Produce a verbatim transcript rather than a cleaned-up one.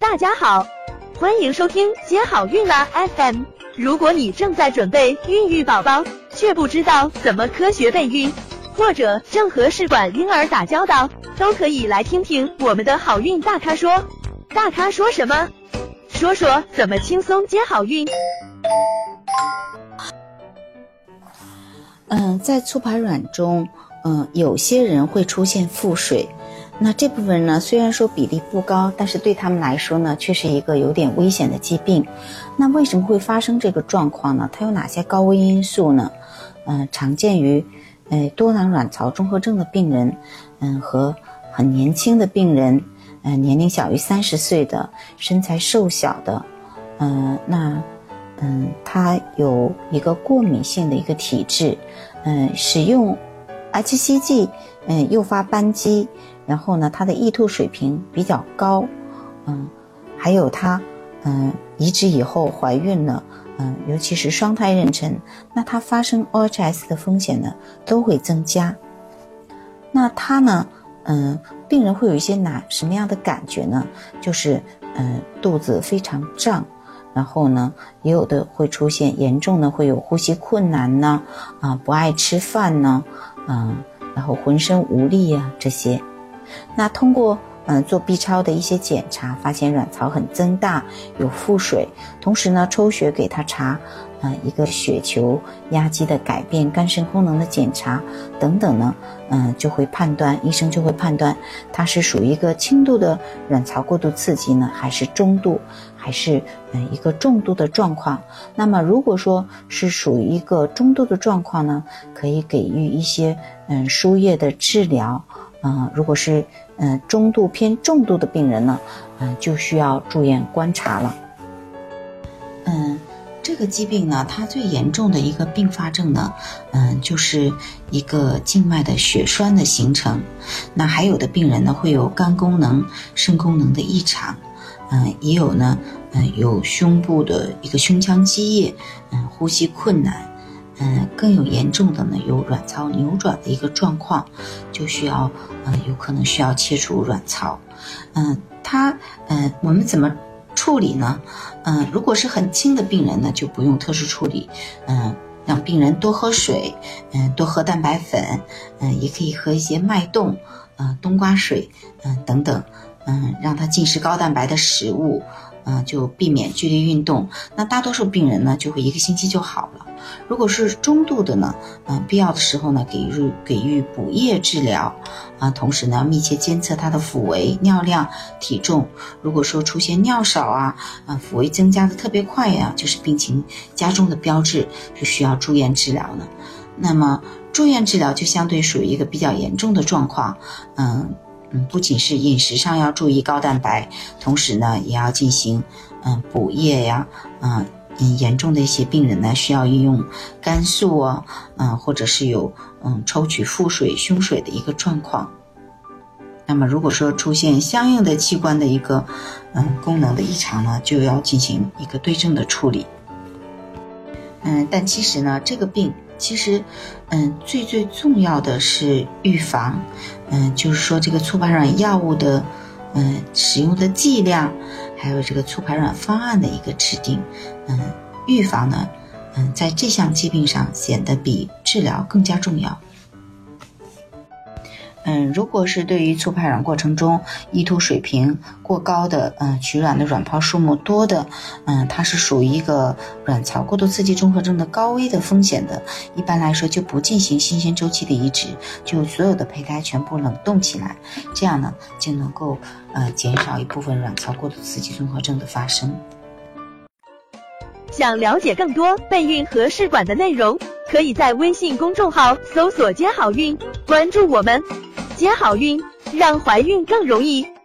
大家好，欢迎收听接好运啦 F M。如果你正在准备孕育宝宝，却不知道怎么科学备孕，或者正和试管婴儿打交道，都可以来听听我们的好运大咖说。大咖说什么？说说怎么轻松接好运。 嗯，在促排卵中，嗯，有些人会出现腹水。那这部分呢，虽然说比例不高，但是对他们来说呢，却是一个有点危险的疾病。那为什么会发生这个状况呢？它有哪些高危因素呢？嗯、呃，常见于呃多囊卵巢综合症的病人，嗯和很年轻的病人，呃年龄小于三十岁的，身材瘦小的，嗯、呃、那嗯他有一个过敏性的一个体质，嗯、呃、使用 H C G 嗯、呃、诱发斑肌。然后呢，它的E 二水平比较高，嗯，还有它，嗯，移植以后怀孕了，嗯，尤其是双胎妊娠，那它发生 O H S 的风险呢都会增加。那它呢，嗯，病人会有一些哪什么样的感觉呢？就是，嗯，肚子非常胀，然后呢，也有的会出现严重的会有呼吸困难呢，啊，不爱吃饭呢，嗯，然后浑身无力啊这些。那通过嗯、呃、做 B 超的一些检查，发现卵巢很增大，有腹水，同时呢抽血给他查呃一个血球压积的改变、肝肾功能的检查等等呢，嗯、呃、就会判断，医生就会判断它是属于一个轻度的卵巢过度刺激呢，还是中度，还是嗯、呃、一个重度的状况。那么如果说是属于一个中度的状况呢，可以给予一些嗯输液的治疗。嗯、呃，如果是嗯、呃、中度偏重度的病人呢，嗯、呃、就需要住院观察了。嗯，这个疾病呢，它最严重的一个并发症呢，嗯、呃，就是一个静脉的血栓的形成。那还有的病人呢，会有肝功能、肾功能的异常，嗯、呃，也有呢，嗯、呃，有胸部的一个胸腔积液，嗯、呃，呼吸困难。嗯，更有严重的呢，有卵巢扭转的一个状况，就需要，嗯、呃，有可能需要切除卵巢。嗯，它，嗯，我们怎么处理呢？嗯，如果是很轻的病人呢，就不用特殊处理。嗯，让病人多喝水，嗯，多喝蛋白粉，嗯，也可以喝一些脉动，嗯，冬瓜水，嗯，等等，嗯，让他进食高蛋白的食物。嗯，就避免剧烈运动。那大多数病人呢，就会一个星期就好了。如果是中度的呢，嗯，必要的时候呢，给予给予补液治疗，啊，同时呢，密切监测他的腹围、尿量、体重。如果说出现尿少啊，啊，腹围增加的特别快呀、啊，就是病情加重的标志，是需要住院治疗的。那么住院治疗就相对属于一个比较严重的状况，嗯。嗯，不仅是饮食上要注意高蛋白，同时呢，也要进行嗯补液呀，嗯嗯，严重的一些病人呢，需要应用肝素啊，嗯，或者是有嗯抽取腹水、胸水的一个状况。那么，如果说出现相应的器官的一个嗯功能的异常呢，就要进行一个对症的处理。嗯，但其实呢，这个病。其实，嗯，最最重要的是预防，嗯，就是说这个促排卵药物的，嗯，使用的剂量，还有这个促排卵方案的一个制定，嗯，预防呢，嗯，在这项疾病上显得比治疗更加重要。嗯，如果是对于促排卵过程中E 二水平过高的，嗯，取卵的卵泡数目多的，嗯，它是属于一个卵巢过度刺激综合症的高危的风险的，一般来说就不进行新鲜周期的移植，就所有的胚胎全部冷冻起来，这样呢就能够呃减少一部分卵巢过度刺激综合症的发生。 想了解更多备孕和试管的内容，可以在微信公众号搜索接好运，关注我们。接好运，让怀孕更容易。